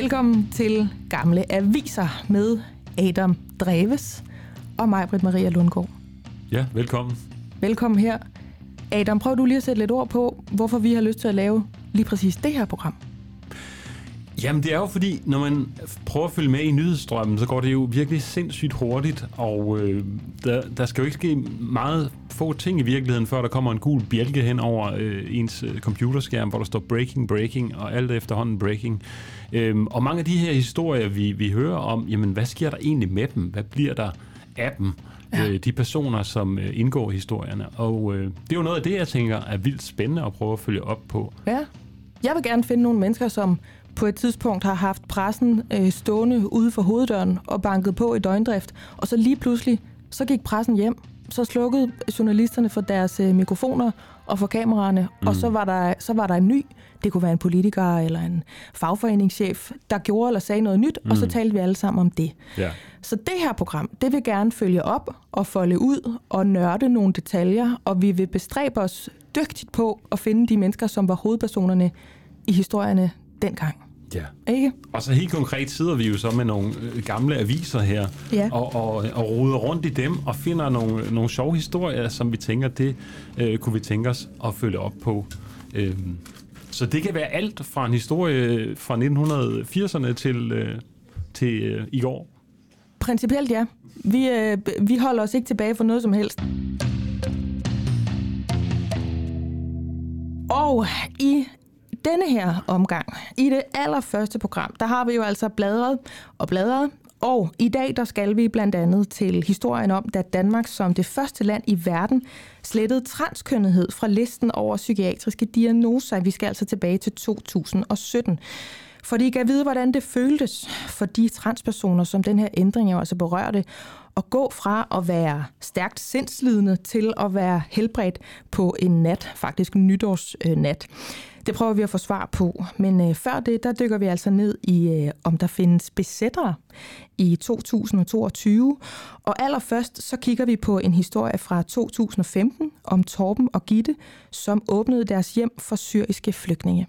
Velkommen til Gamle Aviser med Adam Dreves og mig, Britt Maria Lundgaard. Ja, velkommen. Velkommen her. Adam, prøv du lige at sætte lidt ord på, hvorfor vi har lyst til at lave lige præcis det her program. Jamen det er jo fordi, når man prøver at følge med i nyhedsstrømmen, så går det jo virkelig sindssygt hurtigt, og der skal jo ikke ske meget få ting i virkeligheden, før der kommer en gul bjælke hen over ens computerskærm, hvor der står breaking, og alt efterhånden breaking. Og mange af de her historier, vi hører om, jamen hvad sker der egentlig med dem? Hvad bliver der af dem? Ja. De personer, som indgår i historierne. Og det er jo noget af det, jeg tænker er vildt spændende at prøve at følge op på. Ja, jeg vil gerne finde nogle mennesker, som på et tidspunkt har haft pressen stående ude for hoveddøren og banket på i døgndrift, og så lige pludselig, så gik pressen hjem. Så slukkede journalisterne for deres mikrofoner og for kameraerne, og så var der en ny. Det kunne være en politiker eller en fagforeningschef, der gjorde eller sagde noget nyt, og så talte vi alle sammen om det. Ja. Så det her program, det vil gerne følge op og folde ud og nørde nogle detaljer, og vi vil bestræbe os dygtigt på at finde de mennesker, som var hovedpersonerne i historierne dengang. Ja. Ikke? Og så helt konkret sidder vi jo så med nogle gamle aviser her, ja. og roder rundt i dem og finder nogle sjove historier, som vi tænker, det kunne vi tænke os at følge op på. Så det kan være alt fra en historie fra 1980'erne til i går. Principielt ja. Vi holder os ikke tilbage for noget som helst. Og i denne her omgang, i det allerførste program, der har vi jo altså bladret, og i dag der skal vi blandt andet til historien om, da Danmark som det første land i verden slettede transkønnethed fra listen over psykiatriske diagnoser. Vi skal altså tilbage til 2017. Fordi I kan vide, hvordan det føltes for de transpersoner, som den her ændring jo altså berørte, at gå fra at være stærkt sindslidende til at være helbredt på en nat, faktisk nytårsnat. Det prøver vi at få svar på, men før det, der dykker vi altså ned i, om der findes besættere i 2022. Og allerførst, så kigger vi på en historie fra 2015 om Torben og Gitte, som åbnede deres hjem for syriske flygtninge.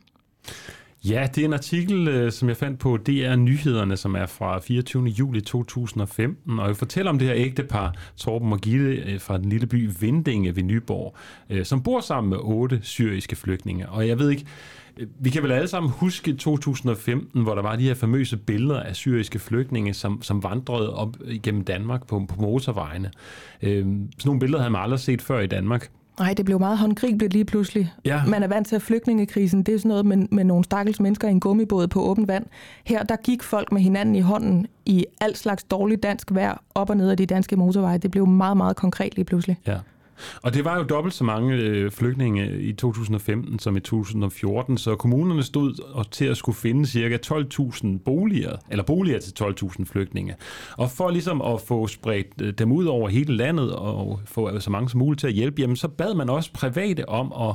Ja, det er en artikel, som jeg fandt på DR Nyhederne, som er fra 24. juli 2015, og jeg fortæller om det her ægtepar, Torben og Gitte, fra den lille by Vindinge ved Nyborg, som bor sammen med 8 syriske flygtninge. Og jeg ved ikke, vi kan vel alle sammen huske 2015, hvor der var de her famøse billeder af syriske flygtninge, som vandrede op igennem Danmark på motorvejene. Sådan nogle billeder havde man aldrig set før i Danmark. Nej, det blev meget håndgribeligt lige pludselig. Ja. Man er vant til, at flygtningekrisen, det er sådan noget med nogle stakkels mennesker i en gummibåd på åbent vand. Her, der gik folk med hinanden i hånden i alt slags dårligt dansk vejr op og ned af de danske motorveje. Det blev meget, meget konkret lige pludselig. Ja. Og det var jo dobbelt så mange flygtninge i 2015 som i 2014, så kommunerne stod til at skulle finde ca. 12.000 boliger til 12.000 flygtninge. Og for ligesom at få spredt dem ud over hele landet og få så mange som muligt til at hjælpe, jamen, så bad man også private om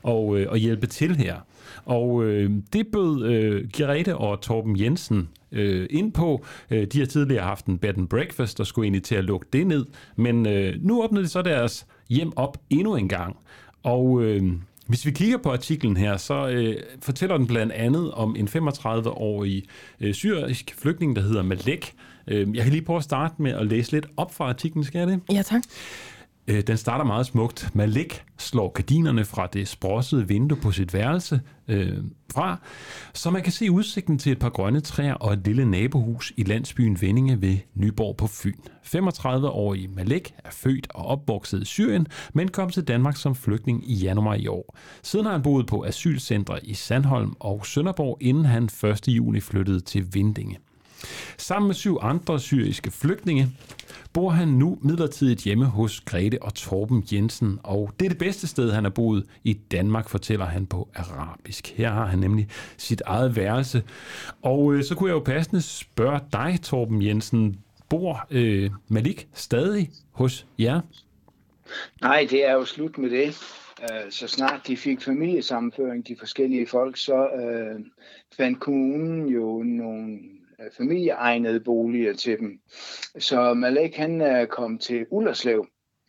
at hjælpe til her. Og det bød Grete og Torben Jensen ind på. De har tidligere haft en bed and breakfast og skulle egentlig til at lukke det ned, men nu åbnede de så deres hjem op endnu en gang. Og hvis vi kigger på artiklen her, så fortæller den blandt andet om en 35-årig syrisk flygtning, der hedder Malek. Jeg kan lige prøve at starte med at læse lidt op fra artiklen, skal jeg det? Ja, tak. Den starter meget smukt. Malek slår gardinerne fra det sprossede vindue på sit værelse fra, så man kan se udsigten til et par grønne træer og et lille nabohus i landsbyen Vindinge ved Nyborg på Fyn. 35-årige Malek er født og opvokset i Syrien, men kom til Danmark som flygtning i januar i år. Siden har han boet på asylcentre i Sandholm og Sønderborg, inden han 1. juni flyttede til Vindinge. Sammen med 7 andre syriske flygtninge bor han nu midlertidigt hjemme hos Grete og Torben Jensen, og det er det bedste sted, han har boet i Danmark, fortæller han på arabisk. Her har han nemlig sit eget værelse. Og så kunne jeg jo passende spørge dig, Torben Jensen, bor Malik stadig hos jer? Nej, det er jo slut med det. Så snart de fik familiesammenføring, de forskellige folk, så fandt kommunen jo nogle familieegnede boliger til dem. Så Malek, han kom til Ullerslev.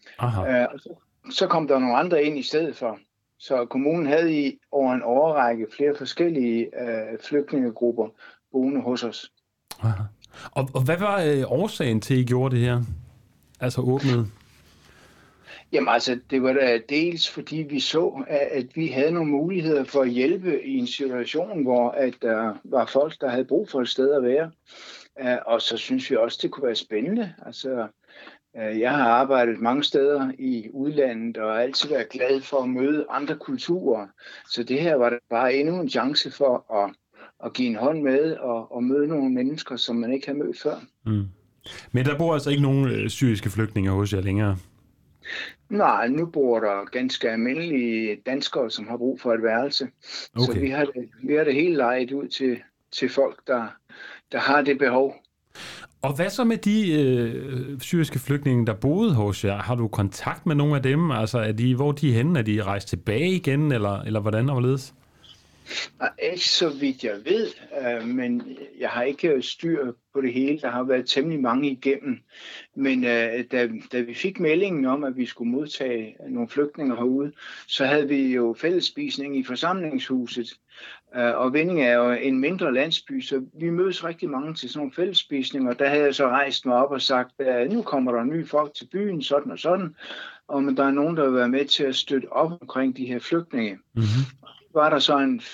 Og så kom der nogle andre ind i stedet for. Så kommunen havde over en årrække flere forskellige flygtningegrupper boende hos os. Aha. Og hvad var årsagen til, at I gjorde det her? Altså åbnede? Jamen altså, det var da dels fordi vi så, at vi havde nogle muligheder for at hjælpe i en situation, hvor at der var folk, der havde brug for et sted at være. Og så synes vi også, det kunne være spændende. Altså, jeg har arbejdet mange steder i udlandet og altid været glad for at møde andre kulturer. Så det her var da bare endnu en chance for at give en hånd med og møde nogle mennesker, som man ikke har mødt før. Mm. Men der bor altså ikke nogen syriske flygtninge hos jer længere? Nej, nu bor der ganske almindelige danskere, som har brug for et værelse. Okay. Så vi har det helt lejet ud til folk, der har det behov. Og hvad så med de syriske flygtninge, der boede hos jer? Har du kontakt med nogle af dem? Altså, hvor de er henne? Er de rejst tilbage igen, eller hvordan overledes? Ikke så vidt jeg ved, men jeg har ikke styr på det hele. Der har været temmelig mange igennem. Men da vi fik meldingen om, at vi skulle modtage nogle flygtninge herude, så havde vi jo fællesspisning i forsamlingshuset. Og Vinding er jo en mindre landsby, så vi mødes rigtig mange til sådan nogle fællesspisninger. Der havde jeg så rejst mig op og sagt, at nu kommer der nye folk til byen, sådan og sådan. Og men der er nogen, der vil være med til at støtte op omkring de her flygtninge. Mm-hmm. Var der så en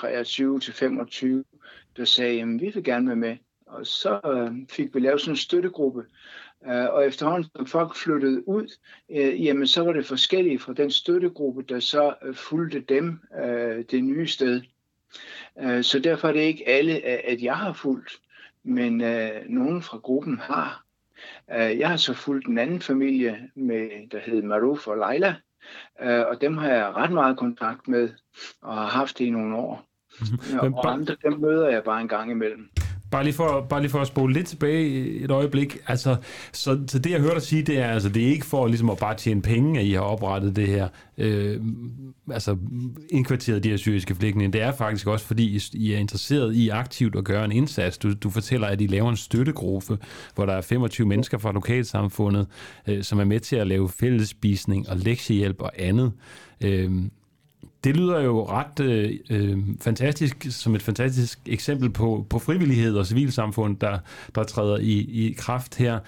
23-25, der sagde, jamen vi vil gerne være med. Og så fik vi lavet sådan en støttegruppe. Og efterhånden, når folk flyttede ud, jamen så var det forskellige fra den støttegruppe, der så fulgte dem det nye sted. Så derfor er det ikke alle, at jeg har fulgt, men nogen fra gruppen har. Jeg har så fulgt en anden familie, der hed Maruf og Leila, og dem har jeg ret meget kontakt med, og har haft det i nogle år. Og andre, dem møder jeg bare en gang imellem. Bare lige for at spole lidt tilbage et øjeblik. Altså, så det jeg hørte dig sige, det er altså, det er ikke for ligesom at bare tjene penge, at I har oprettet det her, indkvarteret de her syriske flygtninge. Det er faktisk også, fordi I er interesseret i aktivt at gøre en indsats. Du fortæller, at I laver en støttegruppe, hvor der er 25 mennesker fra lokalsamfundet, som er med til at lave fællesspisning og lektiehjælp og andet. Det lyder jo ret fantastisk, som et fantastisk eksempel på frivillighed og civilsamfund, der træder i kraft her.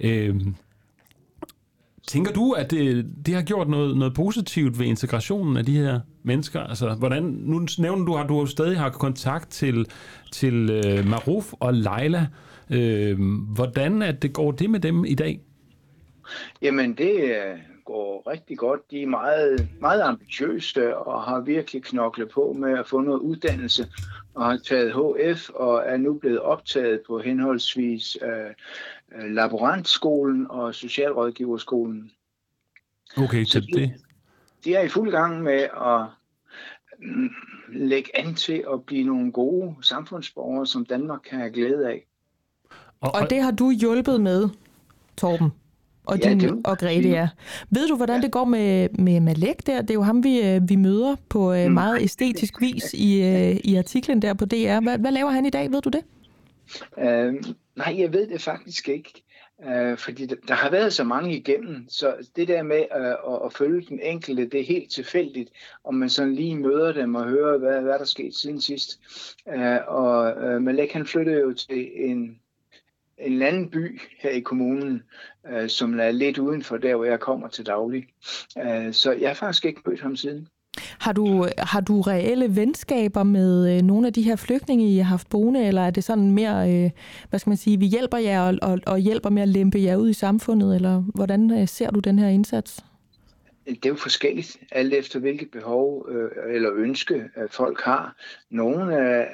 Tænker du, at det har gjort noget positivt ved integrationen af de her mennesker? Altså, nu nævner du, at du stadig har kontakt til Maruf og Leila. Hvordan går det med dem i dag? Jamen, det går rigtig godt. De er meget, meget ambitiøse og har virkelig knoklet på med at få noget uddannelse og har taget HF og er nu blevet optaget på henholdsvis laborantskolen og socialrådgiverskolen. Okay, så det... De er i fuld gang med at lægge an til at blive nogle gode samfundsborgere, som Danmark kan have glæde af. Og det har du hjulpet med, Torben? Og, og Grete, ja. Ved du, hvordan det går med Malek der? Det er jo ham, vi møder på meget æstetisk vis i artiklen der på DR. Hvad laver han i dag? Ved du det? Nej, jeg ved det faktisk ikke. Fordi der har været så mange igennem, så det der med at følge den enkelte, det er helt tilfældigt, om man sådan lige møder dem og hører, hvad der er sket siden sidst. Og Malek, han flyttede jo til en anden by her i kommunen, som er lidt uden for der, hvor jeg kommer til daglig. Så jeg har faktisk ikke mødt ham siden. Har du reelle venskaber med nogle af de her flygtninge, I har haft boende, eller er det sådan mere, vi hjælper jer og hjælper med at lempe jer ud i samfundet, eller hvordan ser du den her indsats? Det er jo forskelligt, alt efter hvilket behov eller ønske folk har. Nogle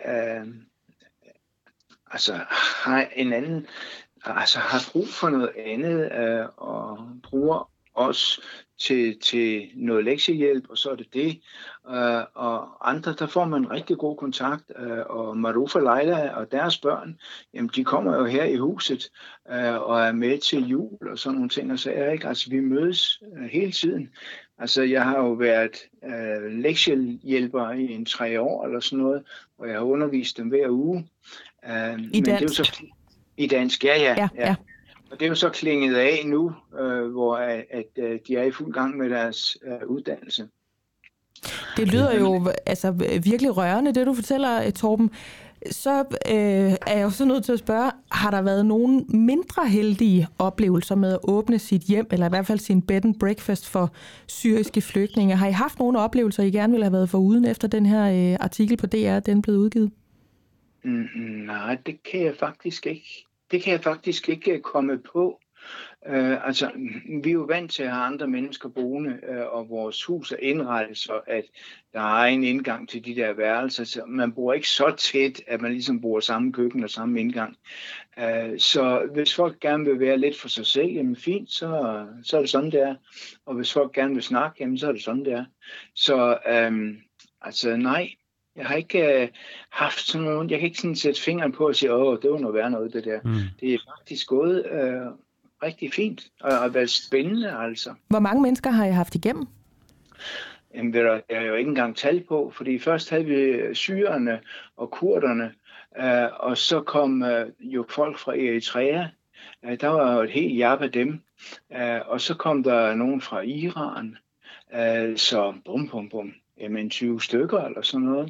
har en anden, har brug for noget andet og bruger os til noget lektiehjælp, og så er det. Og andre, der får man rigtig god kontakt, og Maruf og Leila og deres børn, jamen de kommer jo her i huset og er med til jul og sådan nogle ting, og så er ikke, altså vi mødes hele tiden. Altså jeg har jo været lektiehjælper i 3 år eller sådan noget, og jeg har undervist dem hver uge. I dansk? Men det er jo så, i dansk, ja. Og det er jo så klinget af nu, hvor at de er i fuld gang med deres uddannelse. Det lyder jo virkelig rørende, det du fortæller, Torben. så er jeg jo så nødt til at spørge, har der været nogle mindre heldige oplevelser med at åbne sit hjem, eller i hvert fald sin bed and breakfast for syriske flygtninge? Har I haft nogle oplevelser, I gerne ville have været foruden efter den her artikel på DR, den blev udgivet? Nej, det kan jeg faktisk ikke. Det kan jeg faktisk ikke komme på. Altså, vi er jo vant til at have andre mennesker boende, og vores hus er indrettet så, at der er en indgang til de der værelser. Så man bor ikke så tæt, at man ligesom bor samme køkken og samme indgang. Så hvis folk gerne vil være lidt for sig selv, jamen fint, så er det sådan, det er. Og hvis folk gerne vil snakke, jamen så er det sådan, det er. Så altså nej. Jeg har ikke haft sådan noget, jeg kan ikke sådan sætte fingeren på og sige, det var noget værd noget, det der. Det er faktisk gået rigtig fint og været spændende, altså. Hvor mange mennesker har I haft igennem? Jamen, der er jo ikke engang tal på, fordi først havde vi syrerne og kurderne, og så kom jo folk fra Eritrea. Der var jo et helt jap af dem. Og så kom der nogen fra Iran. Så bum. Jamen 20 stykker eller sådan noget.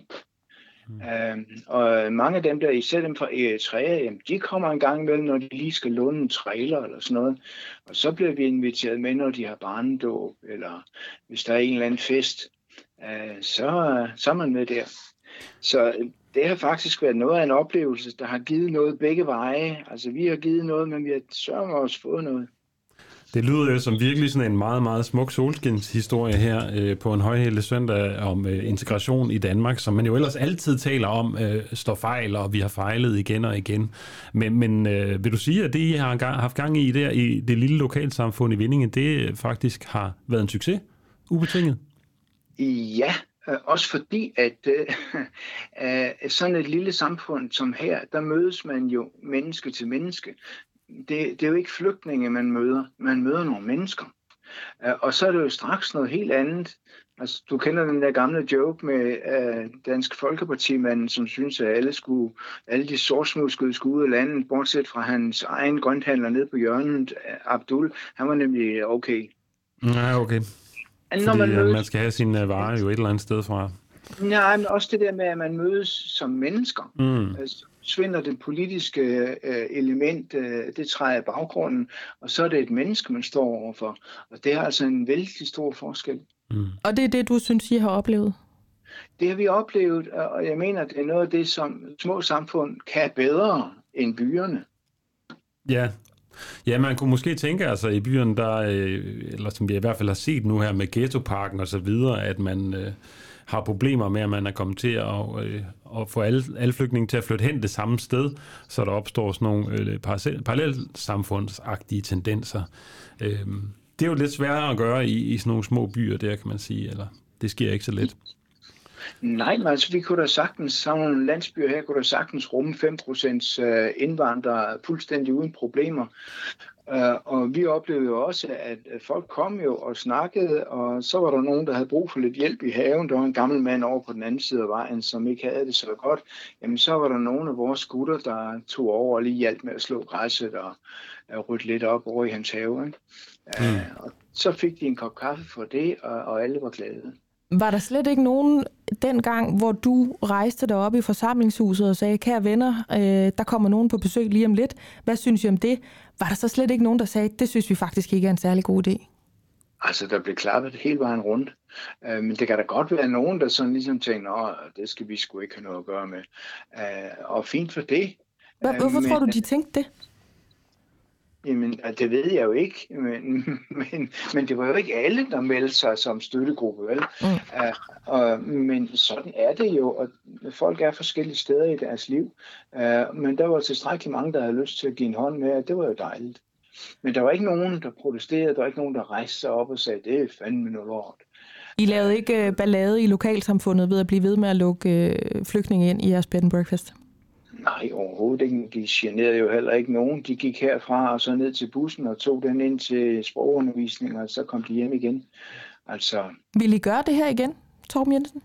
Og mange af dem der, især dem fra Eritrea, jamen, de kommer en gang imellem, når de lige skal låne en trailer eller sådan noget. Og så bliver vi inviteret med, når de har barnedåb, eller hvis der er en eller anden fest, så er man med der. Så det har faktisk været noget af en oplevelse, der har givet noget begge veje. Altså vi har givet noget, men vi har sørget også fået noget. Det lyder jo som virkelig sådan en meget, meget smuk solskinshistorie her på en højhellig søndag om integration i Danmark, som man jo ellers altid taler om, står fejl, og vi har fejlet igen og igen. Men vil du sige, at det, I har haft gang i der i det lille lokalsamfund i Vindinge, det faktisk har været en succes? Ubetinget? Ja, også fordi, at sådan et lille samfund som her, der mødes man jo menneske til menneske. Det er jo ikke flygtninge, man møder. Man møder nogle mennesker. Og så er det jo straks noget helt andet. Altså, du kender den der gamle joke med Dansk Folkepartimanden, som synes, at alle de sortsmuskede skulle ud af landet, bortset fra hans egen grønthandler nede på hjørnet, Abdul. Han var nemlig okay. Ja, okay. Fordi man skal have sine varer jo et eller andet sted fra. Nej, men også det der med, at man mødes som mennesker. Altså, svinder det politiske element, det træder i baggrunden, og så er det et menneske, man står overfor. Og det er altså en vældig stor forskel. Og det er det, du synes, I har oplevet? Det har vi oplevet, og jeg mener, det er noget af det, som små samfund kan bedre end byerne. Ja, man kunne måske tænke, altså i byerne, der, eller som vi i hvert fald har set nu her med ghettoparken og så videre, at man har problemer med, at man er kommet til at få alle flygtninge til at flytte hen det samme sted, så der opstår sådan nogle parallelsamfundsagtige tendenser. Det er jo lidt sværere at gøre i sådan nogle små byer der, kan man sige, eller det sker ikke så let. Nej, men altså vi kunne da sagtens, sådan nogle landsbyer her, kunne da sagtens rumme 5% indvandrere fuldstændig uden problemer. Og vi oplevede jo også, at folk kom jo og snakkede, og så var der nogen, der havde brug for lidt hjælp i haven. Der var en gammel mand over på den anden side af vejen, som ikke havde det så godt. Jamen så var der nogle af vores gutter, der tog over og lige hjalp med at slå græsset og rydde lidt op over i hans have. Og så fik de en kop kaffe for det, og alle var glade. Var der slet ikke nogen dengang, hvor du rejste dig op i forsamlingshuset og sagde, kære venner, der kommer nogen på besøg lige om lidt. Hvad synes I om det? Var der så slet ikke nogen, der sagde, det synes vi faktisk ikke er en særlig god idé? Altså, der blev klappet hele vejen rundt. Men det kan da godt være nogen, der sådan ligesom tænker, det skal vi sgu ikke have noget at gøre med. Og fint for det. Hvorfor tror du, de tænkte det? Jamen, det ved jeg jo ikke, men det var jo ikke alle, der meldte sig som støttegruppe, vel? Men sådan er det jo, og folk er forskellige steder i deres liv. Men der var tilstrækkeligt mange, der havde lyst til at give en hånd med, og det var jo dejligt. Men der var ikke nogen, der protesterede, der var ikke nogen, der rejste sig op og sagde, det er fandme noget lort. I lavede ikke ballade i lokalsamfundet ved at blive ved med at lukke flygtninge ind i jeres bed and breakfast? Nej, overhovedet ikke. De generede jo heller ikke nogen. De gik herfra og så ned til bussen og tog den ind til sprogundervisning, og så kom de hjem igen. Altså. Vil I gøre det her igen, Torben Jensen?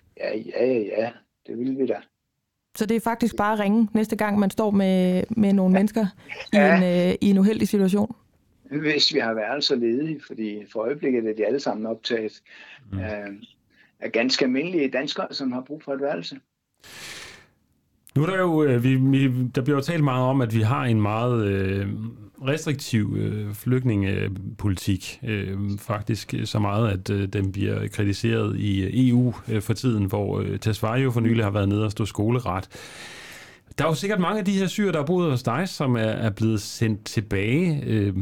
Ja, det vil vi da. Så det er faktisk bare at ringe næste gang, man står med nogle mennesker i en uheldig situation? Hvis vi har værelser ledige, fordi for øjeblikket er de alle sammen optaget af ganske almindelige danskere, som har brug for et værelse. Nu er der jo, der bliver jo talt meget om, at vi har en meget restriktiv flygtningepolitik. Faktisk så meget, at den bliver kritiseret i EU for tiden, hvor Tesfaye for nylig har været nede og stå skoleret. Der er jo sikkert mange af de her syrere, der har boet hos dig, som er blevet sendt tilbage.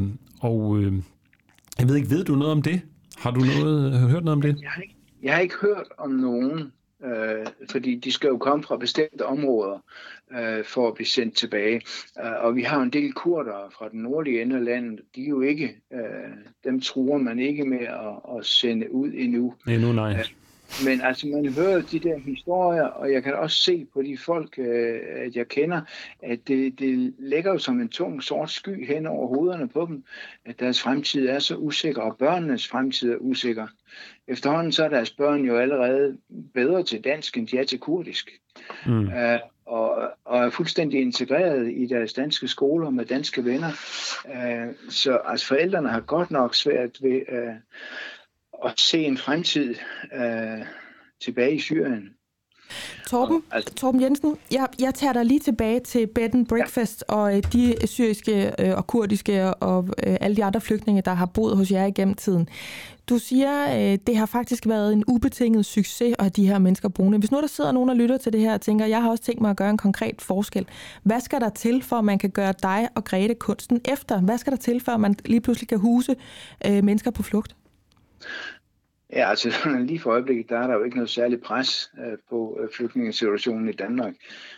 Jeg ved ikke, ved du noget om det? Har du hørt noget om det? Jeg har ikke hørt om nogen, fordi de skal jo komme fra bestemte områder for at blive sendt tilbage. Og vi har en del kurdere fra den nordlige ende af landet. De er jo ikke, dem truer man ikke med at sende ud endnu. Endnu nej. Men altså, man hører de der historier, og jeg kan også se på de folk, at jeg kender, at det lægger jo som en tung sort sky hen over hovederne på dem, at deres fremtid er så usikker, og børnenes fremtid er usikker. Efterhånden så er deres børn jo allerede bedre til dansk, end de er til kurdisk. Og er fuldstændig integreret i deres danske skoler med danske venner. Så altså, forældrene har godt nok svært ved at se en fremtid tilbage i Syrien. Torben Jensen, jeg tager dig lige tilbage til bed and breakfast og de syriske og kurdiske og alle de andre flygtninge, der har boet hos jer igennem tiden. Du siger, det har faktisk været en ubetinget succes at have de her mennesker boende. Hvis nu der sidder nogen og lytter til det her og tænker, jeg har også tænkt mig at gøre en konkret forskel. Hvad skal der til, for at man kan gøre dig og Grete kunsten efter? Hvad skal der til, for at man lige pludselig kan huse mennesker på flugt? Ja, altså lige for øjeblikket, der er der jo ikke noget særligt pres på flygtningesituationen i Danmark.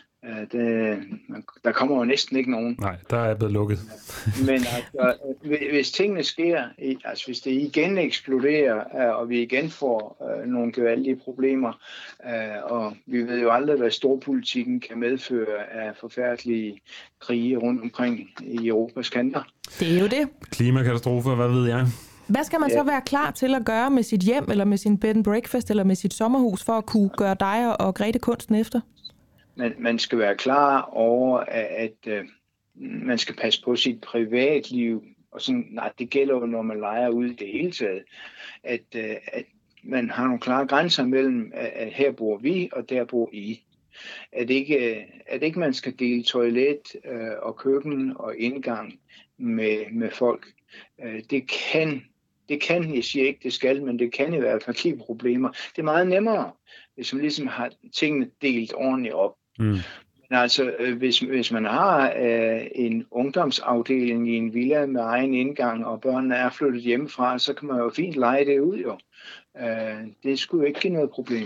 Der kommer jo næsten ikke nogen. Nej, der er blevet lukket. Men altså, hvis tingene sker, altså hvis det igen eksploderer, og vi igen får nogle gevaldige problemer, og vi ved jo aldrig, hvad storpolitikken kan medføre af forfærdelige krige rundt omkring i Europas kanter. Det er jo det. Klimakatastrofer, hvad ved jeg? Hvad skal man så være klar til at gøre med sit hjem, eller med sin bed and breakfast, eller med sit sommerhus, for at kunne gøre dig og Grete kunsten efter? Man skal være klar over, at man skal passe på sit privatliv. Og sådan, nej, det gælder jo, når man leger ud i det hele taget. At man har nogle klare grænser mellem, at her bor vi, og der bor I. At ikke man skal dele toilet og køkken og indgang med folk. Det kan, jeg siger ikke, det skal, men det kan i hvert fald give problemer. Det er meget nemmere, hvis man ligesom har tingene delt ordentligt op. Men altså, hvis man har en ungdomsafdeling i en villa med egen indgang, og børnene er flyttet hjemmefra, så kan man jo fint lege det ud, jo. Det skulle jo ikke give noget problem.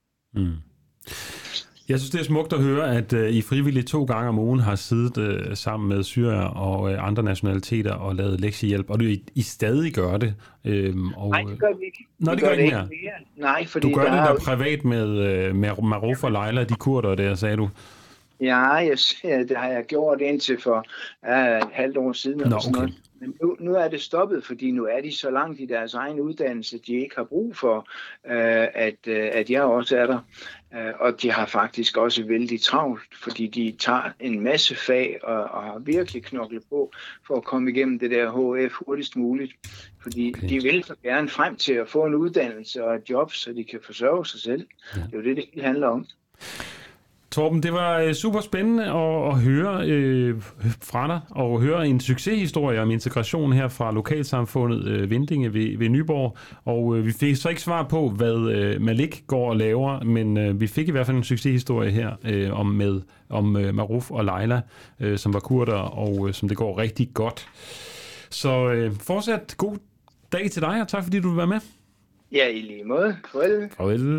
Jeg synes, det er smukt at høre, at I frivilligt 2 gange om ugen har siddet sammen med syrere og andre nationaliteter og lavet lektiehjælp, og I stadig gør det. Nej, det gør vi ikke. Nå, det gør ikke mere. Nej, fordi du gør det der privat med Maruf og Leila, de kurdere der, sagde du. Ja, det har jeg gjort indtil for et halvt år siden. Nå, okay. Men nu er det stoppet, fordi nu er de så langt i deres egen uddannelse, de ikke har brug for, at jeg også er der. Og de har faktisk også vældig travlt, fordi de tager en masse fag og har virkelig knoklet på for at komme igennem det der HF hurtigst muligt. Fordi de vil så gerne frem til at få en uddannelse og et job, så de kan forsørge sig selv. Ja. Det er jo det handler om. Torben, det var super spændende at høre fra dig, og høre en succeshistorie om integration her fra lokalsamfundet Vindinge ved Nyborg. Og vi fik så ikke svar på, hvad Malik går og laver, men vi fik i hvert fald en succeshistorie her om Maruf og Leila, som var kurder, og som det går rigtig godt. Så fortsat god dag til dig, og tak fordi du vil være med. Ja, i lige måde. Farvel. Farvel.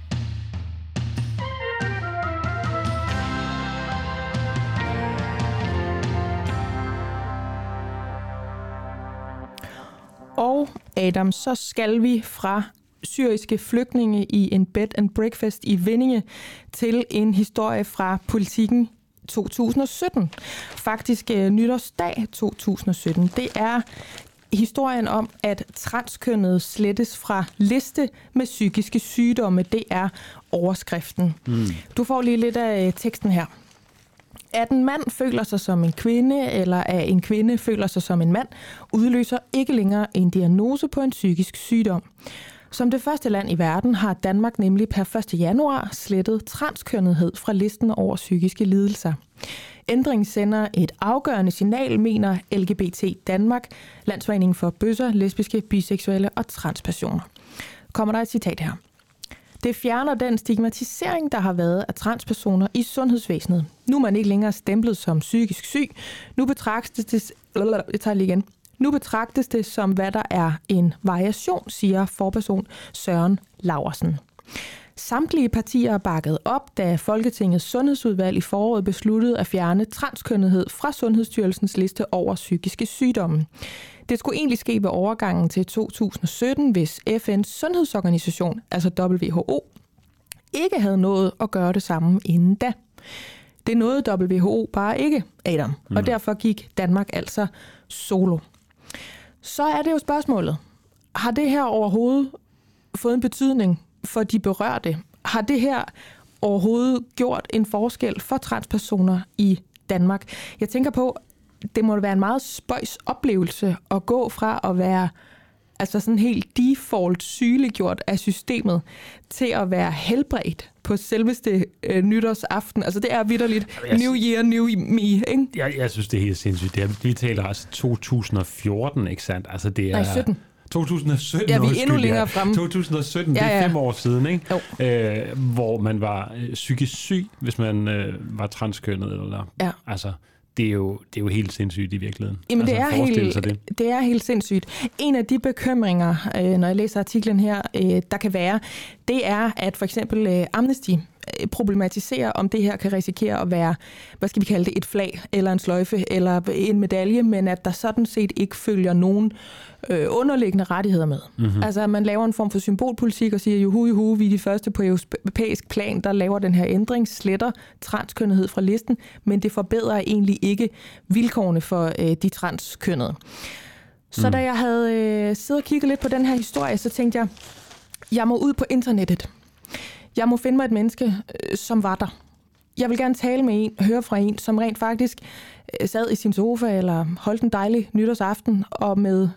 Og Adam, så skal vi fra syriske flygtninge i en bed and breakfast i Vindinge til en historie fra Politiken 2017. Faktisk nytårsdag 2017. Det er historien om, at transkønnede slettes fra liste med psykiske sygdomme. Det er overskriften. Du får lige lidt af teksten her. At en mand føler sig som en kvinde, eller at en kvinde føler sig som en mand, udløser ikke længere en diagnose på en psykisk sygdom. Som det første land i verden har Danmark nemlig per 1. januar slettet transkønnethed fra listen over psykiske lidelser. Ændringen sender et afgørende signal, mener LGBT Danmark, Landsforeningen for bøsser, lesbiske, biseksuelle og transpersoner. Kommer der et citat her. Det fjerner den stigmatisering, der har været af transpersoner i sundhedsvæsenet. Nu er man ikke længere stemplet som psykisk syg. Nu betragtes det som, hvad der er en variation, siger forperson Søren Laursen. Samtlige partier bakkede op, da Folketingets sundhedsudvalg i foråret besluttede at fjerne transkønnethed fra Sundhedsstyrelsens liste over psykiske sygdomme. Det skulle egentlig ske ved overgangen til 2017, hvis FN's sundhedsorganisation, altså WHO, ikke havde nået at gøre det samme inden da. Det nåede WHO bare ikke, Adam, og derfor gik Danmark altså solo. Så er det jo spørgsmålet. Har det her overhovedet fået en betydning for de berørte? Har det her overhovedet gjort en forskel for transpersoner i Danmark? Jeg tænker på, det må være en meget spøjs oplevelse at gå fra at være altså sådan helt default sygeliggjort af systemet til at være helbredt på selveste nytårsaften. Altså det er vitterligt New Year, New Me, ikke? Jeg synes, det er helt sindssygt. Vi taler altså 2014, ikke sandt? Altså det er... Nej, 17. 2017, ja, vi er endnu længere fremme. 2017, det er 5 år siden, ikke? Hvor man var psykisk syg, hvis man var transkønnet. Eller, altså, det er jo helt sindssygt i virkeligheden. Jamen, altså, det er helt sindssygt. En af de bekymringer, når jeg læser artiklen her, der kan være, det er, at for eksempel Amnesty problematiserer, om det her kan risikere at være, hvad skal vi kalde det, et flag, eller en sløjfe, eller en medalje, men at der sådan set ikke følger nogen underliggende rettigheder med. Mm-hmm. Altså, at man laver en form for symbolpolitik og siger, juhu, vi er de første på europæisk plan, der laver den her ændring, sletter transkønnethed fra listen, men det forbedrer egentlig ikke vilkårene for de transkønnede. Så da jeg havde siddet og kigget lidt på den her historie, så tænkte jeg må ud på internettet. Jeg må finde mig et menneske, som var der. Jeg vil gerne tale med en, høre fra en, som rent faktisk sad i sin sofa eller holdt en dejlig nytårsaften og med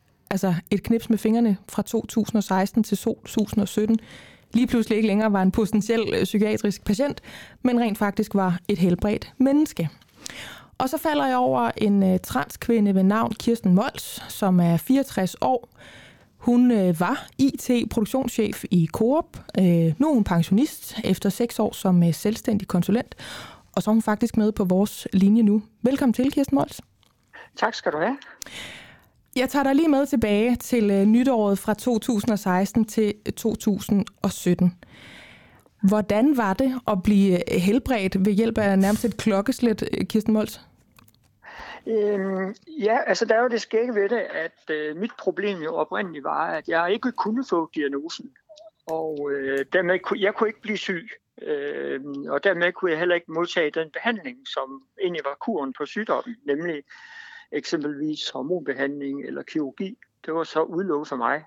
et knips med fingrene fra 2016 til 2017 lige pludselig ikke længere var en potentiel psykiatrisk patient, men rent faktisk var et helbredt menneske. Og så falder jeg over en transkvinde ved navn Kirsten Mols, som er 64 år. Hun var IT-produktionschef i Coop. Nu er hun pensionist efter 6 år som selvstændig konsulent. Og så er hun faktisk med på vores linje nu. Velkommen til, Kirsten Mols. Tak skal du have. Jeg tager dig lige med tilbage til nytåret fra 2016 til 2017. Hvordan var det at blive helbredt ved hjælp af nærmest et klokkeslæt, Kirsten Mols? Der er jo det skægge ved det, at mit problem jo oprindeligt var, at jeg ikke kunne få diagnosen. Og jeg kunne ikke blive syg. Og dermed kunne jeg heller ikke modtage den behandling, som egentlig var kuren på sygdommen, nemlig eksempelvis hormonbehandling eller kirurgi. Det var så udelukket for mig.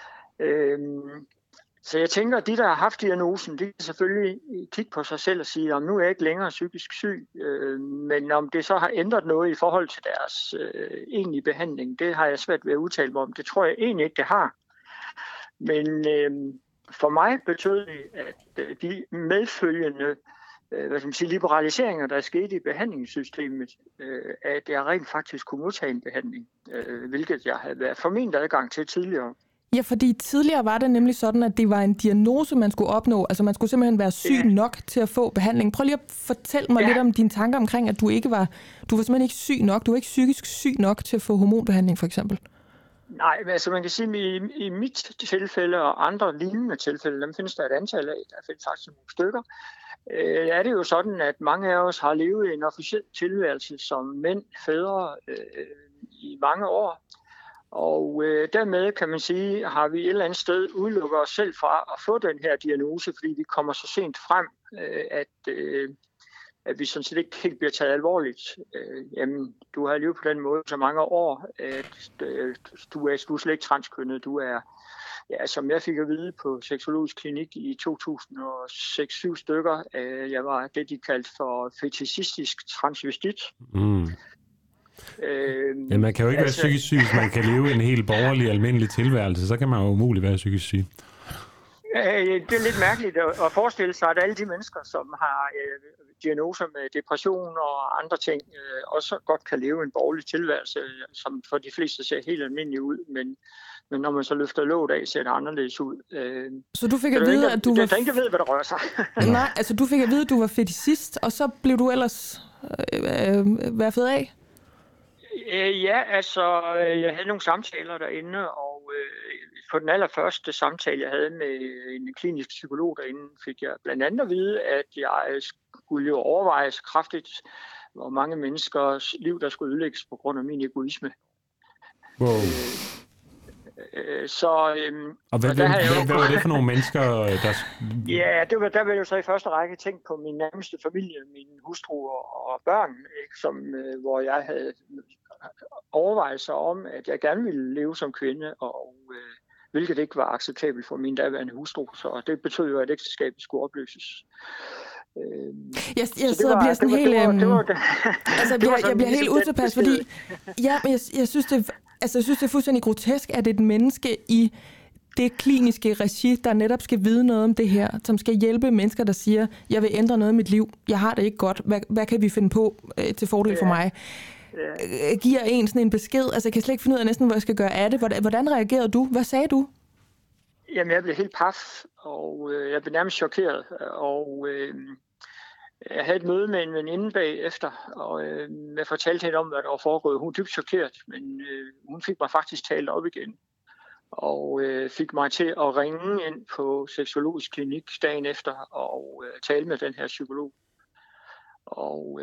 Så jeg tænker, at de, der har haft diagnosen, de kan selvfølgelig kigge på sig selv og sige, at nu er jeg ikke længere psykisk syg, men om det så har ændret noget i forhold til deres egentlige behandling, det har jeg svært ved at udtale mig om. Det tror jeg egentlig ikke, det har. Men for mig betød det, at de medfølgende liberaliseringer, der er sket i behandlingssystemet, at jeg rent faktisk kunne modtage en behandling, hvilket jeg havde været forment adgang til tidligere. Ja, fordi tidligere var det nemlig sådan, at det var en diagnose, man skulle opnå. Altså man skulle simpelthen være syg nok til at få behandling. Prøv lige at fortælle mig lidt om dine tanker omkring, at du var simpelthen ikke syg nok. Du var ikke psykisk syg nok til at få hormonbehandling, for eksempel. Nej, altså man kan sige, at i mit tilfælde og andre lignende tilfælde, dem findes der et antal af, der findes faktisk nogle stykker, er det jo sådan, at mange af os har levet en officiel tilværelse som mænd, fædre i mange år. Og dermed kan man sige, har vi et eller andet sted udelukket os selv fra at få den her diagnose, fordi vi kommer så sent frem, at vi sådan set ikke helt bliver taget alvorligt. Jamen, du har levet på den måde så mange år, at du er slet ikke transkønnet. Du er, som jeg fik at vide på Sexologisk Klinik i 2006-7 stykker, jeg var det, de kaldte for fetishistisk transvestit. Mm. Men man kan jo ikke være psykisk syg, hvis man kan leve en helt borgerlig, almindelig tilværelse. Så kan man jo umuligt være psykisk syg. Det er lidt mærkeligt at forestille sig, at alle de mennesker, som har diagnoser med depression og andre ting, også godt kan leve en borgerlig tilværelse, som for de fleste ser helt almindelig ud, men når man så løfter låget af, ser det anderledes ud. Så du fik at vide, at du var... Der er ingen, der ved, hvad der rører sig. Nej, altså du fik at vide, at du var feticist, og så blev du ellers værfet af? Ja, altså, jeg havde nogle samtaler derinde, og på den allerførste samtale, jeg havde med en klinisk psykolog derinde, fik jeg blandt andet at vide, at jeg skulle jo overvejes kraftigt, hvor mange menneskers liv, der skulle ødelægges på grund af min egoisme. Wow. Og hvad var det for nogle mennesker, der... Ja, der ville jeg så i første række tænke på min nærmeste familie, min hustru og børn, ikke, hvor jeg havde overvejelser om, at jeg gerne ville leve som kvinde, og hvilket ikke var acceptabelt for min daværende hustru, så det betød jo, at ægteskabet skulle opløses. Jeg sidder og bliver sådan helt... Jeg bliver helt utilpas, fordi jeg synes, det er fuldstændig grotesk, at et menneske i det kliniske regi, der netop skal vide noget om det her, som skal hjælpe mennesker, der siger, jeg vil ændre noget i mit liv, jeg har det ikke godt, hvad kan vi finde på til fordel for mig? Giver en sådan en besked, altså jeg kan slet ikke finde ud af næsten, hvad jeg skal gøre af det. Hvordan reagerede du? Hvad sagde du? Jamen, jeg blev helt paf, og jeg blev nærmest chokeret, og jeg havde et møde med en veninde bagefter, og jeg fortalte hende om, hvad der var foregået. Hun var dybt chokeret, men hun fik mig faktisk talt op igen, og fik mig til at ringe ind på Sexologisk Klinik dagen efter, og tale med den her psykolog. Og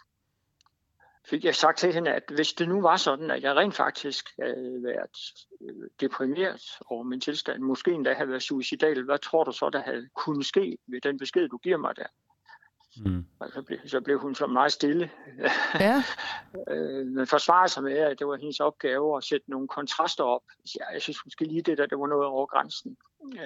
fik jeg sagt til hende, at hvis det nu var sådan, at jeg rent faktisk havde været deprimeret over min tilstand, måske endda havde været suicidal, hvad tror du så, der havde kunnet ske ved den besked, du giver mig der? Og så blev hun så meget stille. Ja. Men forsvarede sig med, at det var hendes opgave at sætte nogle kontraster op. Jeg synes måske lige det var noget over grænsen.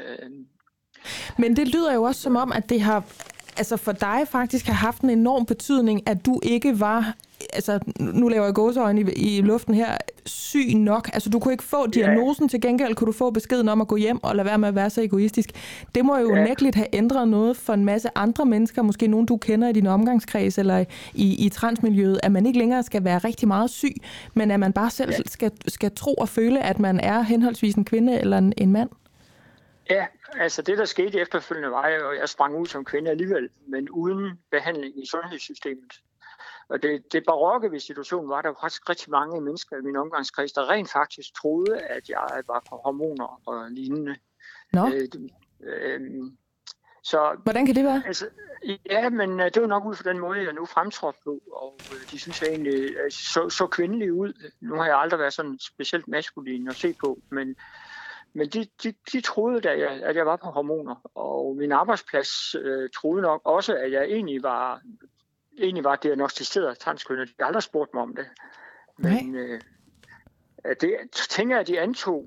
Men det lyder jo også som om, at det har, altså for dig faktisk har haft en enorm betydning, at du ikke var, altså nu laver jeg gåseøjne i luften her, syg nok. Altså du kunne ikke få diagnosen, til gengæld kunne du få beskeden om at gå hjem og lade være med at være så egoistisk. Det må jo unægteligt have ændret noget for en masse andre mennesker, måske nogen du kender i din omgangskreds eller i transmiljøet, at man ikke længere skal være rigtig meget syg, men at man bare selv skal tro og føle, at man er henholdsvis en kvinde eller en mand. Ja, altså det der skete efterfølgende var jo, at jeg sprang ud som kvinde alligevel, men uden behandling i sundhedssystemet. Og det barokke ved situationen var, at der var faktisk rigtig mange mennesker i min omgangskreds, der rent faktisk troede, at jeg var på hormoner og lignende. Nå. Så, hvordan kan det være? Altså, ja, men det var nok ud fra den måde, jeg nu fremtrådte på, og de synes jeg egentlig så kvindelig ud. Nu har jeg aldrig været sådan specielt maskulin at se på, men de troede da, at jeg var på hormoner, og min arbejdsplads troede nok også, at jeg egentlig var diagnosticeret transkønnet. De har aldrig spurgt mig om det. Men det tænker jeg, at de antog.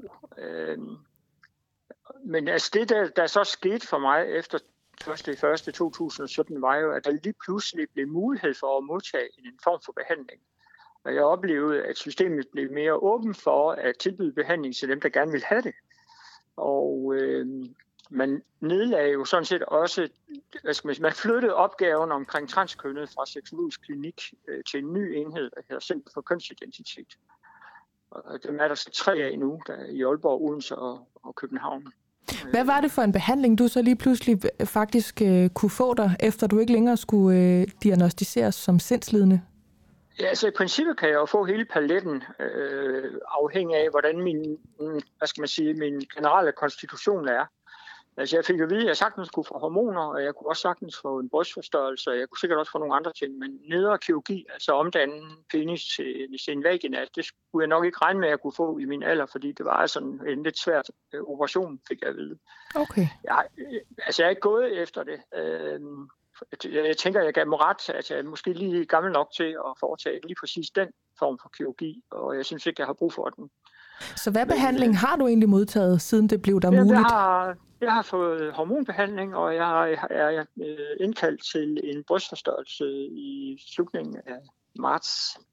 Men altså det, der så skete for mig efter 1. 2017, var jo, at der lige pludselig blev mulighed for at modtage en form for behandling. Og jeg oplevede, at systemet blev mere åbent for at tilbyde behandling til dem, der gerne vil have det. Og man nedlagde jo sådan set også, man flyttede opgaven omkring transkønnet fra Sexologisk Klinik til en ny enhed, der hedder Center for Kønsidentitet. Og dem er der så 3 af nu, der i Aalborg, Odense og København. Hvad var det for en behandling, du så lige pludselig faktisk kunne få dig, efter du ikke længere skulle diagnostiseres som sindslidende? Ja, altså i princippet kan jeg jo få hele paletten, afhængig af, hvordan min generelle konstitution er. Altså jeg fik jo at vide, at jeg sagtens kunne få hormoner, og jeg kunne også sagtens få en brystforstørrelse, og jeg kunne sikkert også få nogle andre ting, men nedre kirurgi, altså omdanne penis til en vagina, det skulle jeg nok ikke regne med, at jeg kunne få i min alder, fordi det var altså en lidt svært operation, fik jeg at vide. Okay. Jeg er ikke gået efter det. Jeg tænker, at jeg gav mig ret, at jeg er måske lige gammel nok til at foretage lige præcis den form for kirurgi, og jeg synes ikke, jeg har brug for den. Så hvad behandling har du egentlig modtaget, siden det blev der muligt? Jeg har fået hormonbehandling, og jeg er indkaldt til en brystforstørrelse i slutningen af marts.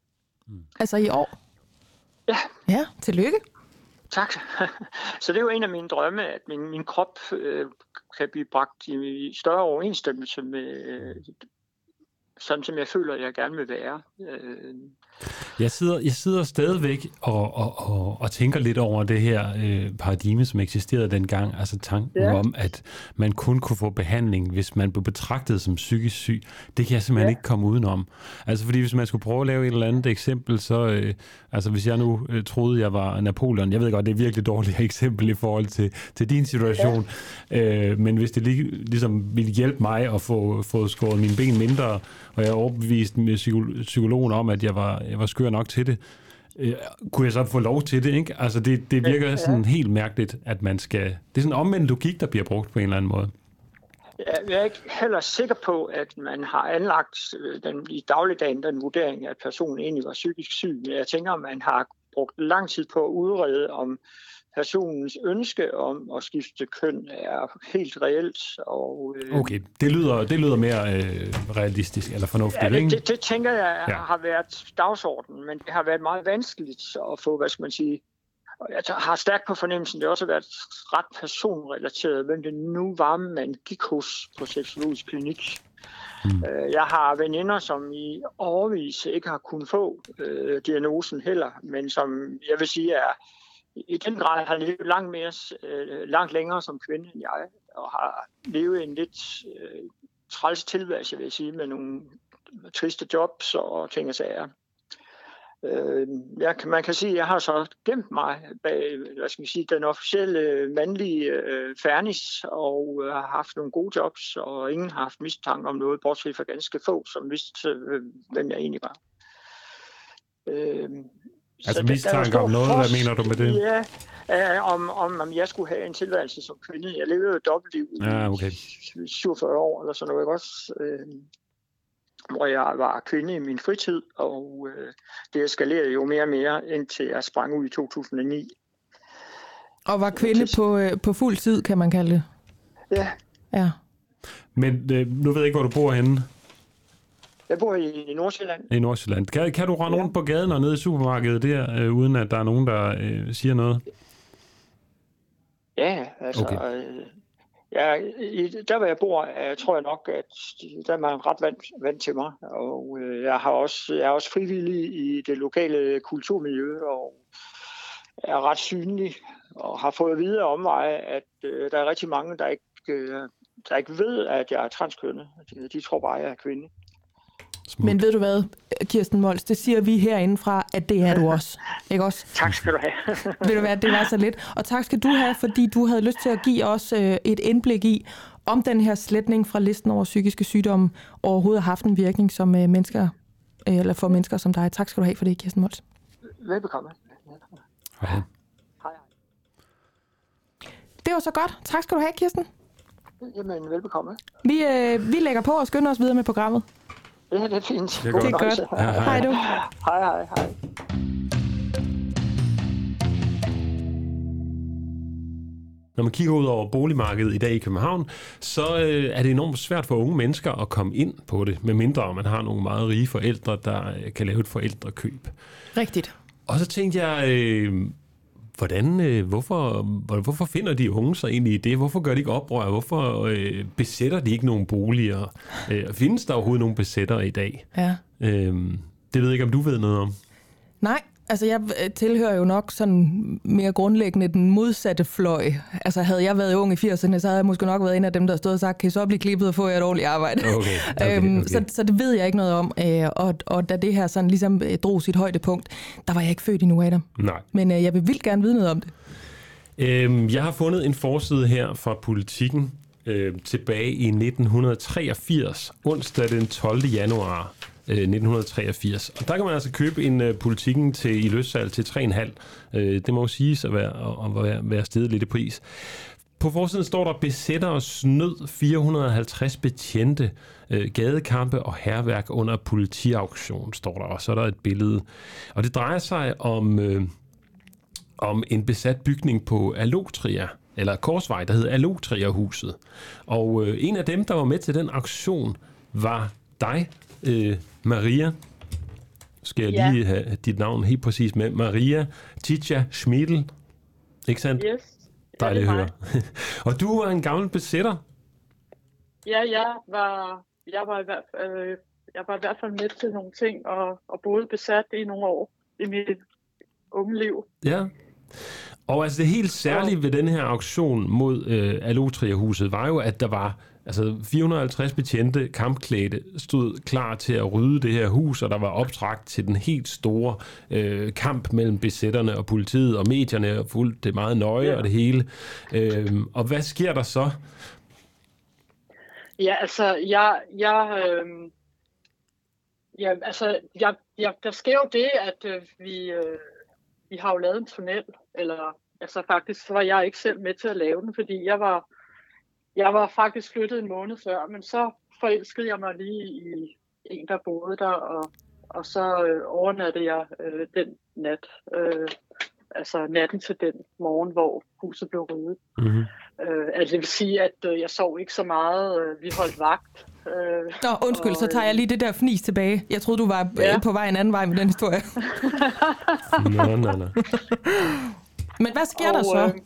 Altså i år? Ja. Ja, tillykke. Tak. Så det er jo en af mine drømme, at min krop kan blive bragt i større overensstemmelse med sådan, som jeg føler, at jeg gerne vil være. Jeg sidder stadigvæk og tænker lidt over det her paradigme, som eksisterede dengang. Altså tanken om, at man kun kunne få behandling, hvis man blev betragtet som psykisk syg. Det kan jeg simpelthen ikke komme udenom. Altså fordi hvis man skulle prøve at lave et eller andet eksempel, så altså hvis jeg nu troede, jeg var Napoleon, jeg ved godt, det er et virkelig dårligt eksempel i forhold til din situation, men hvis det ligesom ville hjælpe mig at få skåret mine ben mindre, og jeg er overbevist med psykologen om, at jeg var skør nok til det, kunne jeg så få lov til det, ikke? Altså det virker sådan helt mærkeligt, at man skal... Det er sådan en omvendt logik, der bliver brugt på en eller anden måde. Jeg er ikke heller sikker på, at man har anlagt i dagligdagen den vurdering, at personen egentlig var psykisk syg. Jeg tænker, at man har brugt lang tid på at udrede, om personens ønske om at skifte køn er helt reelt. Og, okay, det lyder mere realistisk eller fornuftigt, ikke? Det tænker jeg har været dagsordenen, men det har været meget vanskeligt at få, hvad skal man sige. Jeg har stærkt på fornemmelsen, det har også været ret personrelateret, hvem det nu var, man gik hos på Sexologisk Klinik. Jeg har veninder, som i årevis ikke har kunnet få diagnosen heller, men som jeg vil sige er i den grad har levet langt længere som kvinde end jeg, og har levet en lidt træls tilværelse, vil jeg sige, med nogle triste jobs og ting og sager. Man kan sige, at jeg har så gemt mig bag, den officielle mandlige fernis, og har haft nogle gode jobs, og ingen har haft mistanke om noget, bortset fra ganske få, som vidste, hvem jeg egentlig var. Altså mistanke om noget, hvad mener du med det? Ja, om jeg skulle have en tilværelse som kvinde. Jeg levede et dobbeltliv i 47 år, eller sådan noget, ikke også? Hvor jeg var kvinde i min fritid, og det eskalerede jo mere og mere, indtil jeg sprang ud i 2009. Og var kvinde på fuld tid, kan man kalde det? Ja. Men nu ved jeg ikke, hvor du bor henne. Jeg bor i Nordsjælland. I Nordsjælland. Kan du rende rundt på gaden og nede i supermarkedet der, uden at der er nogen, der siger noget? Ja, altså... Okay. Der hvor jeg bor, tror jeg nok, at der er man ret vant til mig. Og jeg er også frivillig i det lokale kulturmiljø, og er ret synlig, og har fået at vide om mig, at der er rigtig mange, der ikke ved, at jeg er transkønnet. De tror bare, at jeg er kvinde. Smuk. Men ved du hvad, Kirsten Moltz, det siger vi herindefra, at det er du også. Ikke også? Tak skal du have. Ved du hvad, det var så lidt. Og tak skal du have, fordi du havde lyst til at give os et indblik i, om den her sletning fra listen over psykiske sygdomme overhovedet har haft en virkning som mennesker, eller for mennesker som dig. Tak skal du have for det, Kirsten Moltz. Velbekomme. Hej. Det var så godt. Tak skal du have, Kirsten. Jamen, velbekomme. Vi lægger på og skynder os videre med programmet. Ja, det er fint. Det er godt. Hej du. Hej. Når man kigger ud over boligmarkedet i dag i København, så er det enormt svært for unge mennesker at komme ind på det, medmindre man har nogle meget rige forældre, der kan lave et forældrekøb. Rigtigt. Og så tænkte jeg, hvorfor finder de unge sig egentlig i det? Hvorfor gør de ikke oprør? Hvorfor besætter de ikke nogen boliger? Findes der overhovedet nogen besættere i dag? Ja. Det ved jeg ikke, om du ved noget om. Nej, altså jeg tilhører jo nok sådan mere grundlæggende den modsatte fløj. Altså havde jeg været ung i 80'erne, så havde jeg måske nok været en af dem, der stod og sagt, kan I så blive klippet og få et ordentligt arbejde? Okay. Så det ved jeg ikke noget om. Og da det her sådan ligesom drog sit højdepunkt, der var jeg ikke født endnu, Adam. Nej. Men jeg vil vildt gerne vide noget om det. Jeg har fundet en forside her fra Politiken tilbage i 1983, onsdag den 12. januar. 1983. Og der kan man altså købe en Politiken i løssalg til 3,5. Det må jo siges at være steget lidt i pris. På forsiden står der besættere snød 450 betjente, gadekampe og hærværk under politiauktion, står der. Og så er der et billede. Og det drejer sig om en besat bygning på Allotria, eller Korsvej, der hedder Allotria-huset. Og en af dem, der var med til den auktion, var dig, Maria, skal jeg lige have dit navn helt præcis med. Maria Titia Schmidl, ikke sandt? Yes. Dejligt at høre. Og du var en gammel besætter? Ja, jeg var i hvert fald med til nogle ting, og boede besat i nogle år i mit unge liv. Ja. Og altså det helt særlige ved den her aktion mod Allotria-huset var jo, at der var 450 betjente kampklædte stod klar til at rydde det her hus, og der var optrakt til den helt store kamp mellem besætterne og politiet, og medierne og fulgte det meget nøje og det hele. Og hvad sker der så? Ja, altså, der sker jo det, at vi har jo lavet en tunnel, eller altså faktisk så var jeg ikke selv med til at lave den, fordi jeg var faktisk flyttet en måned før, men så forelskede jeg mig lige i en, der boede der, og så overnattede jeg den nat, altså natten til den morgen, hvor huset blev ryddet. Mm-hmm. Altså det vil sige, at jeg sov ikke så meget, vi holdt vagt. Undskyld, så tager jeg lige det der fnis tilbage. Jeg troede, du var på vej en anden vej med den historie. Nå. Men hvad sker der så?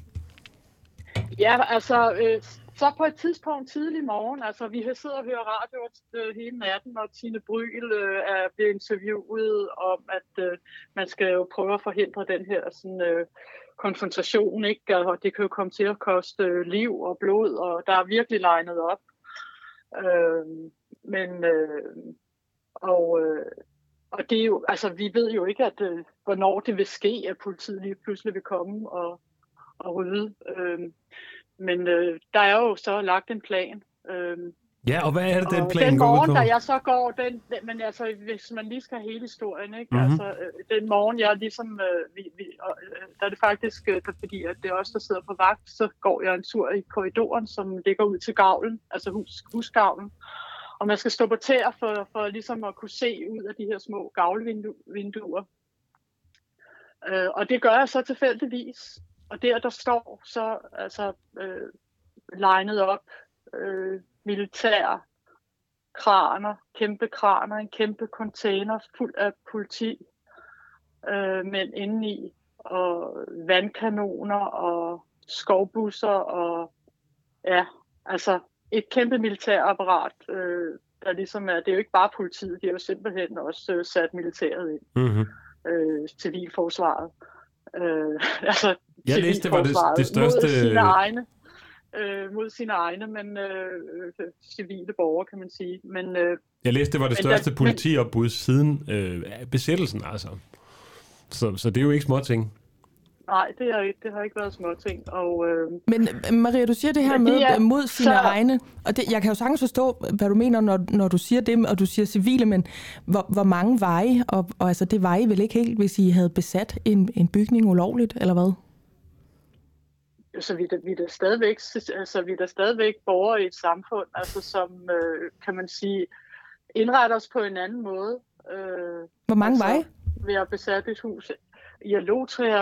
Så på et tidspunkt tidlig morgen, altså vi har siddet og hørt radio hele natten, og Tine Bryl er blevet interviewet om, at man skal jo prøve at forhindre den her sådan, konfrontation, ikke? Og det kan jo komme til at koste liv og blod, og der er virkelig legnet op. Og det er jo, altså vi ved jo ikke, at hvornår det vil ske, at politiet lige pludselig vil komme og rydde. Men der er jo så lagt en plan. Ja, og hvad er det, den plan den går ud morgen, på? da jeg så går, men altså, hvis man lige skal have hele historien, ikke? Mm-hmm. Altså, den morgen, jeg ligesom, der er det faktisk, fordi at det er os, der sidder på vagt, så går jeg en tur i korridoren, som ligger ud til gavlen, altså husgavlen. Og man skal stå på tæer for ligesom at kunne se ud af de her små gavlevinduer. Og det gør jeg så tilfældigvis. Og der står så altså legnet op militære kraner, kæmpe kraner, en kæmpe container fuld af politi, mænd indeni, og vandkanoner og skovbusser og altså et kæmpe militærapparat, der ligesom det er jo ikke bare politiet, de har jo simpelthen også sat militæret ind, civilforsvaret. Jeg læste, det var det største... Mod sine egne, men civile borgere, kan man sige. Men, jeg læste, det var det største politiopbud siden besættelsen, altså. Så det er jo ikke småting. Nej, det har ikke været småting. Men Maria, du siger det her med mod sine egne, og jeg kan jo sagtens forstå, hvad du mener, når du siger det, og du siger civile, men hvor mange veje, og altså det veje vel ikke helt, hvis I havde besat en bygning ulovligt, eller hvad? Så vi er da stadigvæk borgere i et samfund, altså som, kan man sige, indretter os på en anden måde. Hvor mange veje? Vi har besat et hus i Allotria,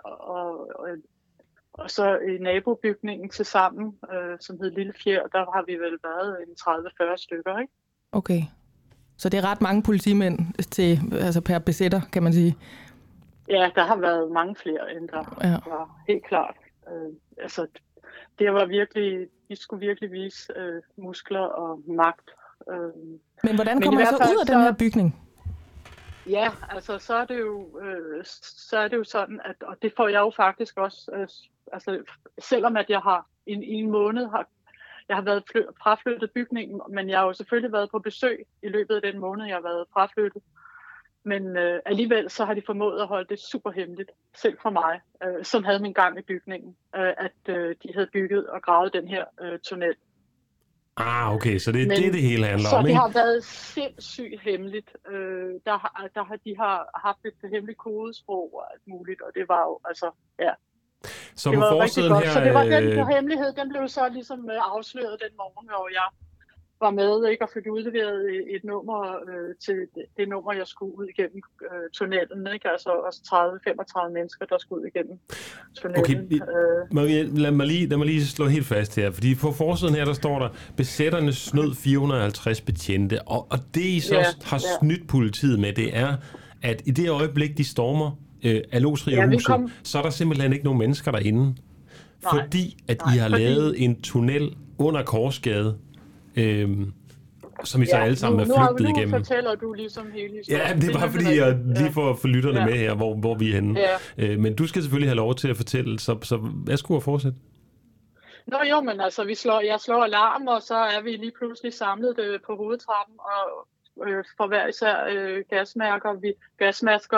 og så i nabobygningen til sammen, som hed Lille Fjer, der har vi vel været en 30-40 stykker, ikke? Okay. Så det er ret mange politimænd altså per besætter, kan man sige? Ja, der har været mange flere, end der var helt klart. Altså, det var virkelig, de skulle virkelig vise muskler og magt. Men hvordan kommer man så ud af den her bygning? Ja, altså så er det jo sådan, at, og det får jeg jo faktisk også, altså selvom at jeg har i en måned jeg har været fraflyttet bygningen, men jeg har jo selvfølgelig været på besøg i løbet af den måned, jeg har været fraflyttet. Men alligevel så har de formået at holde det super hemmeligt, selv for mig, som havde min gang i bygningen, at de havde bygget og gravet den her tunnel. Okay, så det er det hele handler om, ikke? Så det har været sindssygt hemmeligt. De har haft et hemmeligt kodesprog og alt muligt, og det var jo, altså, Så det var rigtig godt. Så det var den hemmelighed, den blev så ligesom afsløret den morgen, var med, ikke, og fik udleveret et nummer til det nummer, jeg skulle ud igennem tunnelen, ikke? Altså også 30-35 mennesker, der skulle ud igennem tunnelen. Okay, lad mig lige slå helt fast her, fordi på forsiden her, der står der, besætterne snød 450 betjente, og det I så har snydt politiet med, det er, at i det øjeblik, de stormer Allotria-huset, så er der simpelthen ikke nogen mennesker derinde, fordi I har lavet en tunnel under Korsgade, som I så alle sammen er flygtet igennem. Nu fortæller du ligesom hele historien. Ja, det er bare fordi, jeg lige får for lytterne med her, hvor vi er henne. Ja. Men du skal selvfølgelig have lov til at fortælle, så værsgo at fortsætte. Jo, men altså, jeg slår alarm, og så er vi lige pludselig samlet på hovedtrappen, og for hver især gasmasker,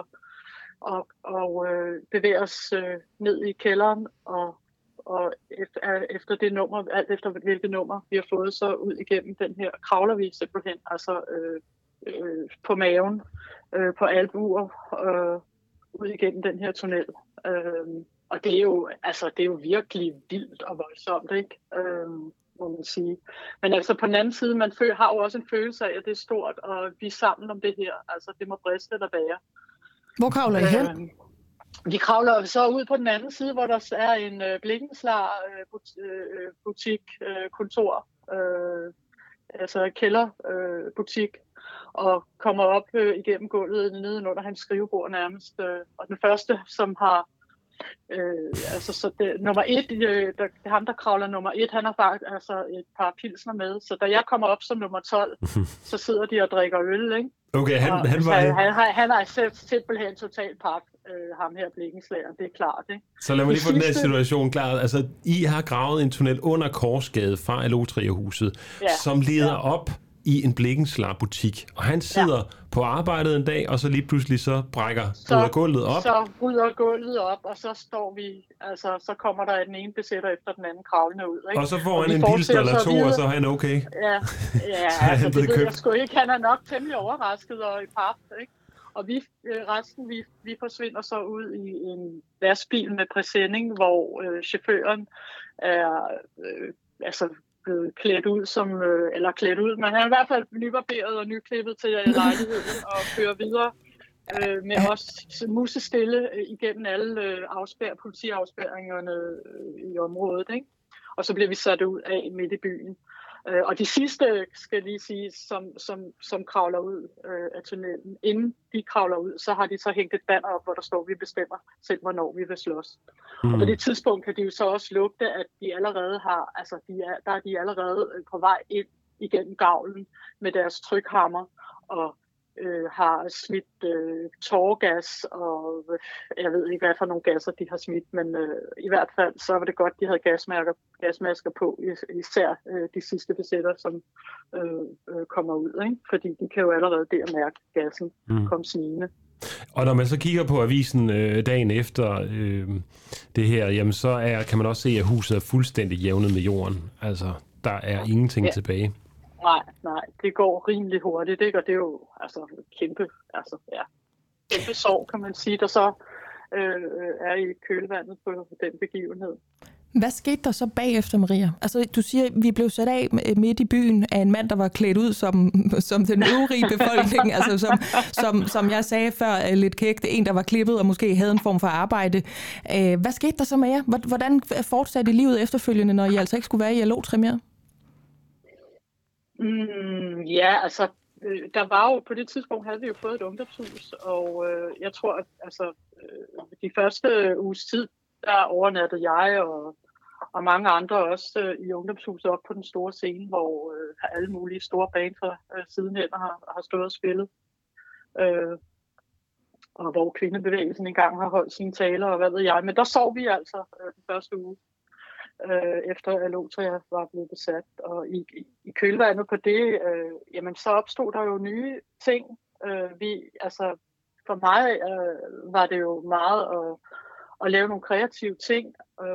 og bevæger os ned i kælderen, og efter det nummer, alt efter hvilket nummer vi har fået, så ud igennem den her, kravler vi simpelthen, altså på maven, på albuer, ud igennem den her tunnel. Og det er jo virkelig vildt og voldsomt, ikke? Må man sige. Men altså på den anden side, man har jo også en følelse af, at det er stort, og vi er sammen om det her. Altså det må briste eller bære. Hvor kravler I hen? Vi kravler så ud på den anden side, hvor der er en Blikkenslager butik, kontor, altså kælderbutik, og kommer op igennem gulvet nede under hans skrivebord nærmest. Og den første, som har nummer 1, ham der kravler nummer 1, han har faktisk et par pilsner med. Så da jeg kommer op som nummer 12, så sidder de og drikker øl, ikke? Okay, han er simpelthen totalt pap, ham her Blikkenslageren, det er klart, ikke? Så lad mig lige få den her situation klar. Altså, I har gravet en tunnel under Korsgade fra Allotria-huset, som leder op i en Blikkenslager-butik, og han sidder på arbejdet en dag, og så lige pludselig så bryder gulvet op. Så bryder gulvet op, og så står vi, altså så kommer der den ene besætter efter den anden kravlende ud, ikke? Og så får han en pilsner eller to, og så er han okay. Ja, altså det ved jeg sgu ikke. Han er nok temmelig overrasket og i pap, ikke? Og vi forsvinder så ud i en lastbil med præsending, hvor chaufføren er blevet klædt ud, men han er i hvert fald nybarberet og nyklippet til lejligheden og kører videre med os musestille igennem alle politiafspærringerne i området, ikke? Og så bliver vi sat ud af midt i byen. Og de sidste, skal lige sige, som kravler ud af tunnelen, inden de kravler ud, så har de så hængt et banner op, hvor der står, vi bestemmer selv, hvornår vi vil slås. Og på det tidspunkt kan de jo så også lugte, at de allerede har, der er de allerede på vej ind igennem gavlen med deres trykhammer, og har smidt tåregas, og jeg ved ikke, hvad for nogle gasser de har smidt, men i hvert fald så var det godt, de havde gasmasker på, især de sidste besætter, som kommer ud, ikke? Fordi de kan jo allerede der mærke gassen komme snigende. Og når man så kigger på avisen dagen efter det her, jamen så kan man også se, at huset er fuldstændig jævnet med jorden. Altså, der er ingenting tilbage. Nej, det går rimelig hurtigt, ikke? Og det er jo kæmpe sorg, kan man sige, der så er i kølvandet på den begivenhed. Hvad skete der så bagefter, Maria? Altså, du siger, at vi blev sat af midt i byen af en mand, der var klædt ud som den øvrige befolkning, altså som jeg sagde før, lidt kægt, en, der var klippet og måske havde en form for arbejde. Hvad skete der så med jer? Hvordan fortsatte livet efterfølgende, når I altså ikke skulle være i Allotria mere? Der var jo på det tidspunkt, havde vi jo fået et ungdomshus, og jeg tror, at de første uges tid, der overnattede jeg og mange andre også i ungdomshuset op på den store scene, hvor alle mulige store band fra sidenhen har stået og spillet. Og hvor kvindebevægelsen engang har holdt sine taler, og hvad ved jeg. Men der sov vi altså den første uge, efter Allotria var blevet besat. Og i kølvandet på det, så opstod der jo nye ting. For mig var det jo meget at lave nogle kreative ting,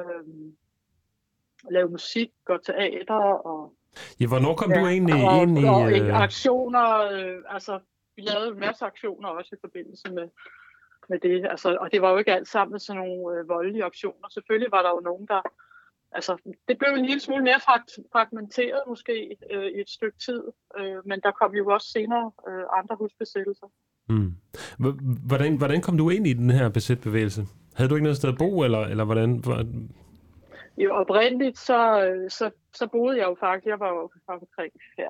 lave musik, gå teater og... Ja, hvornår kom du egentlig ind i... Og aktioner, vi lavede en masse aktioner også i forbindelse med det. Og det var jo ikke alt sammen sådan nogle voldelige aktioner. Selvfølgelig var der jo nogen, der altså, det blev en lille smule mere fragmenteret måske i et stykke tid, men der kom jo også senere andre husbesættelser. Hvordan kom du ind i den her BZ-bevægelse? Havde du ikke noget sted at bo, eller hvordan? Jo, oprindeligt så boede jeg jo faktisk, jeg var jo omkring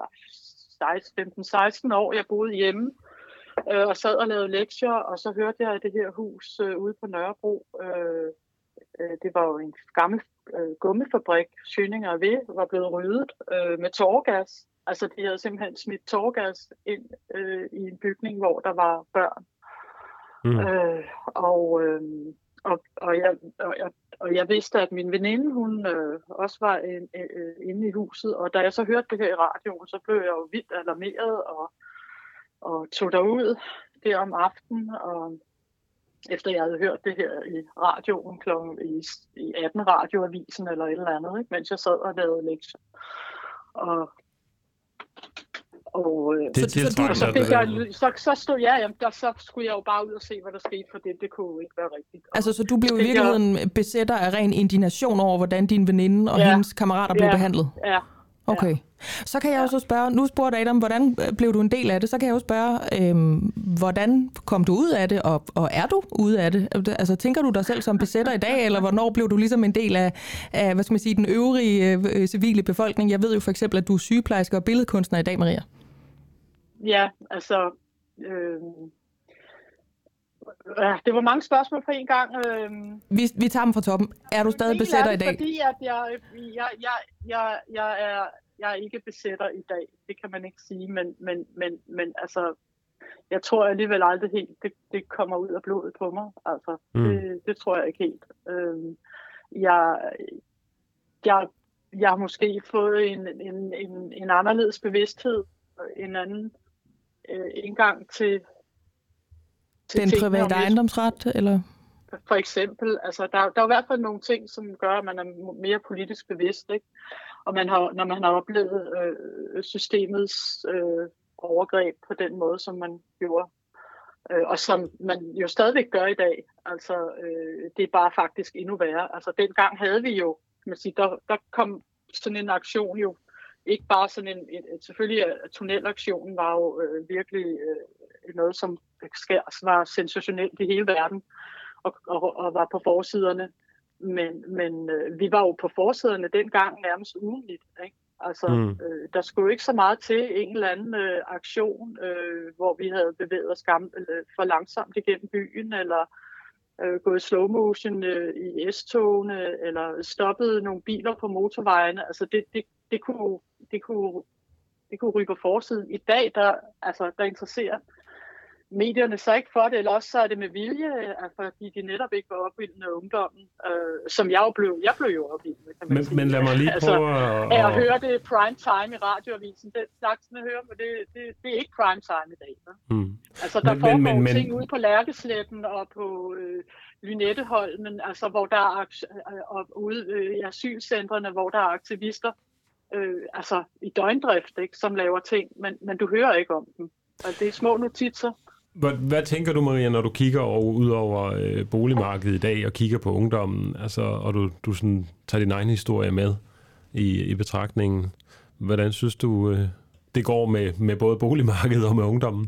15-16 år, jeg boede hjemme og sad og lavede lektier, og så hørte jeg det her hus ude på Nørrebro. Det var jo en gammel gummifabrik, Schøninger ved, var blevet ryddet med tåregas. Altså de havde simpelthen smidt tåregas ind i en bygning, hvor der var børn. Og jeg vidste, at min veninde, hun også var inde i huset, og da jeg så hørte det her i radioen, så blev jeg jo vildt alarmeret og tog derud der om aftenen, og efter jeg havde hørt det her i radioen i 18 radioavisen eller et eller andet, ikke? Mens jeg sad og lavede lektier. Så skulle jeg jo bare ud og se, hvad der skete, for det kunne jo ikke være rigtigt. Altså, så du blev i virkeligheden besætter af ren indignation over, hvordan din veninde og hendes kammerater blev behandlet? Ja. Okay. Så kan jeg jo så spørge, nu spurgte Adam, hvordan blev du en del af det? Så kan jeg jo spørge, hvordan kom du ud af det, og er du ude af det? Altså, tænker du dig selv som besætter i dag, eller hvornår blev du ligesom en del af hvad skal man sige, den øvrige civile befolkning? Jeg ved jo for eksempel, at du er sygeplejerske og billedkunstner i dag, Maria. Ja, altså... det var mange spørgsmål på en gang. Vi tager dem fra toppen. Er du stadig besætter i dag? Fordi at jeg er ikke besætter i dag. Det kan man ikke sige, men altså, jeg tror alligevel aldrig helt, det kommer ud af blodet på mig. Altså, det tror jeg ikke helt. Jeg har måske fået en anderledes bevidsthed, en anden indgang til den private ejendomsret, eller? For eksempel, altså der er i hvert fald nogle ting, som gør, at man er mere politisk bevidst, ikke? Og når man har oplevet systemets overgreb på den måde, som man gjorde, og som man jo stadigvæk gør i dag, altså det er bare faktisk endnu værre. Altså dengang havde vi jo, kan man sige, der kom sådan en aktion jo, ikke bare sådan selvfølgelig tunnelaktionen var jo virkelig noget, som var sensationelt i hele verden og var på forsiderne. Men vi var jo på forsiderne dengang nærmest ugenligt, ikke? Altså, der skulle jo ikke så meget til en eller anden aktion, hvor vi havde bevæget os for langsomt igennem byen, eller gået slow motion i S-togene, eller stoppet nogle biler på motorvejene. Altså, det kunne ryge på forsiden. I dag, der interesserer medierne så ikke for det, eller også så er det med vilje, fordi de netop ikke var opvildende ungdommen, som jeg blev jo opvildende, kan man sige. Men lad mig lige prøve at høre det prime time i radioavisen, den slags, man hører, men det er ikke prime time i dag. Altså, der foregår ting ude på Lærkesletten og på Lynetteholmen, altså, hvor der er ude i asylcentrene, hvor der er aktivister, altså i døgndrift, ikke, som laver ting, men du hører ikke om dem. Altså, det er små notitser. Hvad tænker du, Maria, når du kigger ud over boligmarkedet i dag og kigger på ungdommen, altså, og du sådan tager din egen historie med i betragtningen? Hvordan synes du, det går med både boligmarkedet og med ungdommen?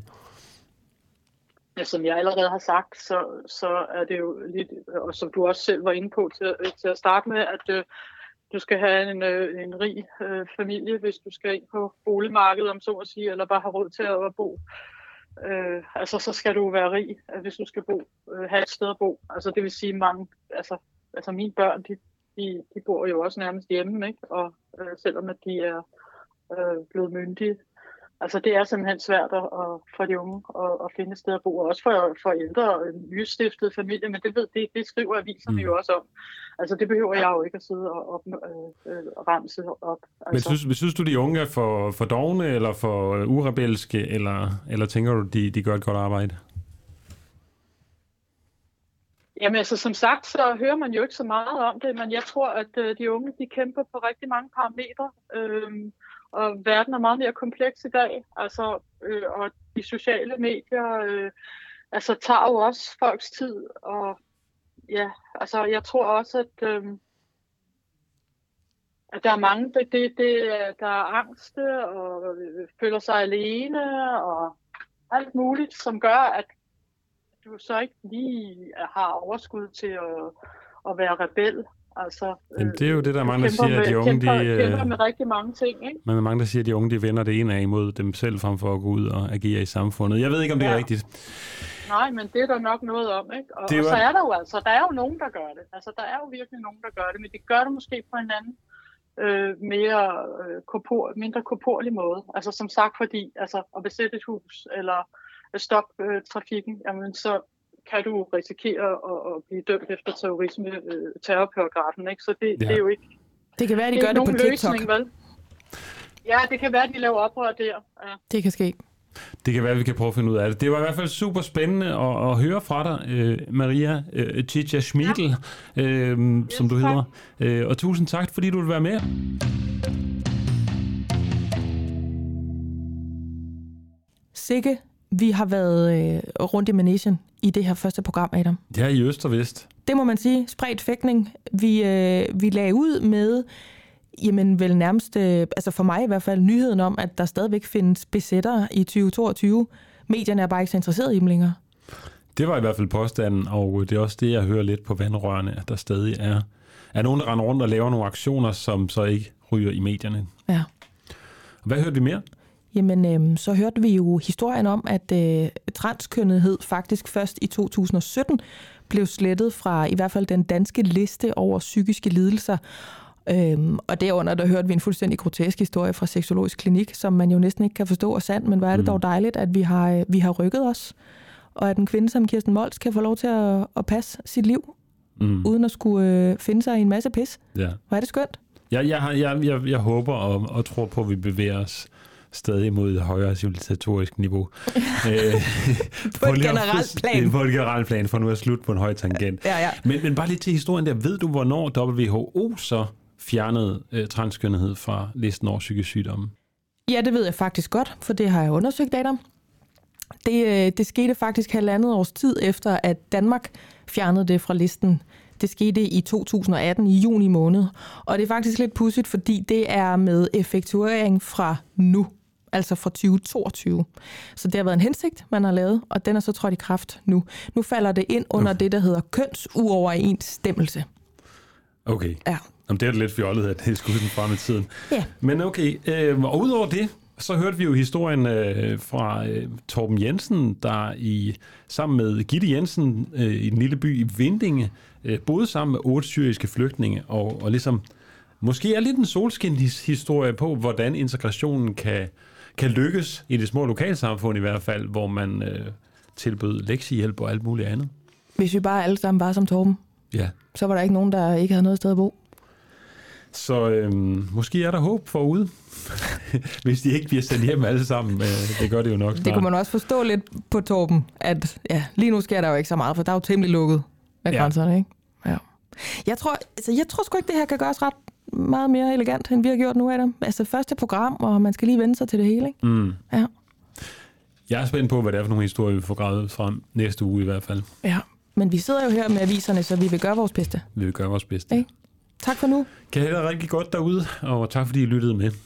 Ja, som jeg allerede har sagt, så er det jo lidt, og som du også selv var inde på til at starte med, at du skal have en rig familie, hvis du skal ind på boligmarkedet, om så at sige, eller bare have råd til at bo. Altså, så skal du være rig, hvis du skal have et sted at bo. Altså, det vil sige mange, altså mine børn, de bor jo også nærmest hjemme, ikke? Og selvom at de er blevet myndige. Altså, det er simpelthen svært for de unge at finde et sted at bo, og også for ældre og nystiftede familie, men det skriver aviserne jo også om. Altså, det behøver jeg jo ikke at sidde og ramse op. Altså. Men synes du, de unge er for dovne, eller for urebelske, eller tænker du, de gør et godt arbejde? Jamen, altså, som sagt, så hører man jo ikke så meget om det, men jeg tror, at de unge, de kæmper på rigtig mange parametre, og verden er meget mere kompleks i dag, altså, og de sociale medier tager jo også folks tid, og ja, altså jeg tror også, at at der er mange, der er angste og føler sig alene og alt muligt, som gør, at du så ikke lige har overskud til at være rebel. Altså, jamen, det er jo det, der er mange, der siger, at de unge... Kæmper med rigtig mange ting, ikke? Men der er mange, der siger, at de unge, de vender det ene af imod dem selv, frem for at gå ud og agere i samfundet. Jeg ved ikke, om det er rigtigt. Nej, men det er der nok noget om, ikke? Og så er der jo der er jo nogen, der gør det. Altså, der er jo virkelig nogen, der gør det, men de gør det måske på en anden, mindre korporlig måde. Altså, som sagt, fordi at besætte et hus, eller stoppe trafikken, jamen så kan du risikere at blive dømt efter terrorparagrafen, ikke? Så det er jo ikke... Det kan være, de gør det på TikTok. Løsning, vel? Ja, det kan være, de laver oprør der. Ja. Det kan ske. Det kan være, vi kan prøve at finde ud af det. Det var i hvert fald super spændende at høre fra dig, Maria Chicha Schmidl, som du hedder. Og tusind tak, fordi du vil være med. Sikke, vi har været rundt i Manation i det her første program, Adam. Ja, i øst og vest. Det må man sige. Spredt fægtning. Vi lagde ud med, jamen vel nærmest, altså for mig i hvert fald, nyheden om, at der stadigvæk findes besættere i 2022. Medierne er bare ikke så interesserede i dem længere. Det var i hvert fald påstanden, og det er også det, jeg hører lidt på vandrørene, at der stadig er nogen, der render rundt og laver nogle aktioner, som så ikke ryger i medierne. Ja. Hvad hørte vi mere? Jamen, så hørte vi jo historien om, at transkønnethed faktisk først i 2017 blev slettet fra i hvert fald den danske liste over psykiske lidelser. Og derunder, der hørte vi en fuldstændig grotesk historie fra Sexologisk Klinik, som man jo næsten ikke kan forstå er sandt, men hvor er det dog dejligt, at vi har rykket os, og at en kvinde som Kirsten Moltz kan få lov til at passe sit liv, uden at skulle finde sig i en masse pis. Ja. Hvor er det skønt. Jeg håber og tror på, at vi bevæger os stadig mod et højere civilisatorisk niveau. På et generelt plan. På et generelt plan, for nu er slut på en høj tangent. Ja. Men bare lige til historien der. Ved du, hvornår WHO så fjernede transkønnethed fra listen over psykisk sygdomme? Ja, det ved jeg faktisk godt, for det har jeg undersøgt, Adam. Det skete faktisk 1,5 års tid efter, at Danmark fjernede det fra listen. Det skete i 2018 i juni måned. Og det er faktisk lidt pudsigt, fordi det er med effektuering fra nu. Altså fra 2022. Så det har været en hensigt, man har lavet, og den er så trådt i kraft nu. Nu falder det ind under det, der hedder kønsuoverensstemmelse. Okay. Ja. Jamen, det er lidt fjollet, at det skulle sådan frem i tiden. Ja. Men okay, og udover det, så hørte vi jo historien fra Torben Jensen, der sammen med Gitte Jensen i den lille by i Vindinge, boede sammen med 8 syriske flygtninge, og ligesom måske er lidt en solskinshistorie på, hvordan integrationen kan lykkes i det små lokalsamfund i hvert fald, hvor man tilbød lektiehjælp og alt muligt andet. Hvis vi bare alle sammen var som Torben, så var der ikke nogen, der ikke havde noget sted at bo. Så måske er der håb forude, hvis de ikke bliver sendt hjem alle sammen. Det gør det jo nok snart. Det kunne man også forstå lidt på Torben, at lige nu sker der jo ikke så meget, for der er jo temmelig lukket af grænserne, ikke? Ja. Jeg tror sgu ikke, det her kan gøres ret meget mere elegant, end vi har gjort nu, Adam. Altså første program, og man skal lige vende sig til det hele, ikke? Ja. Jeg er spændt på, hvad det er for nogle historier, vi får gravet frem næste uge i hvert fald. Ja, men vi sidder jo her med aviserne, så vi vil gøre vores bedste. Vi vil gøre vores bedste. Okay. Tak for nu. Kan I have det rigtig godt derude, og tak fordi I lyttede med.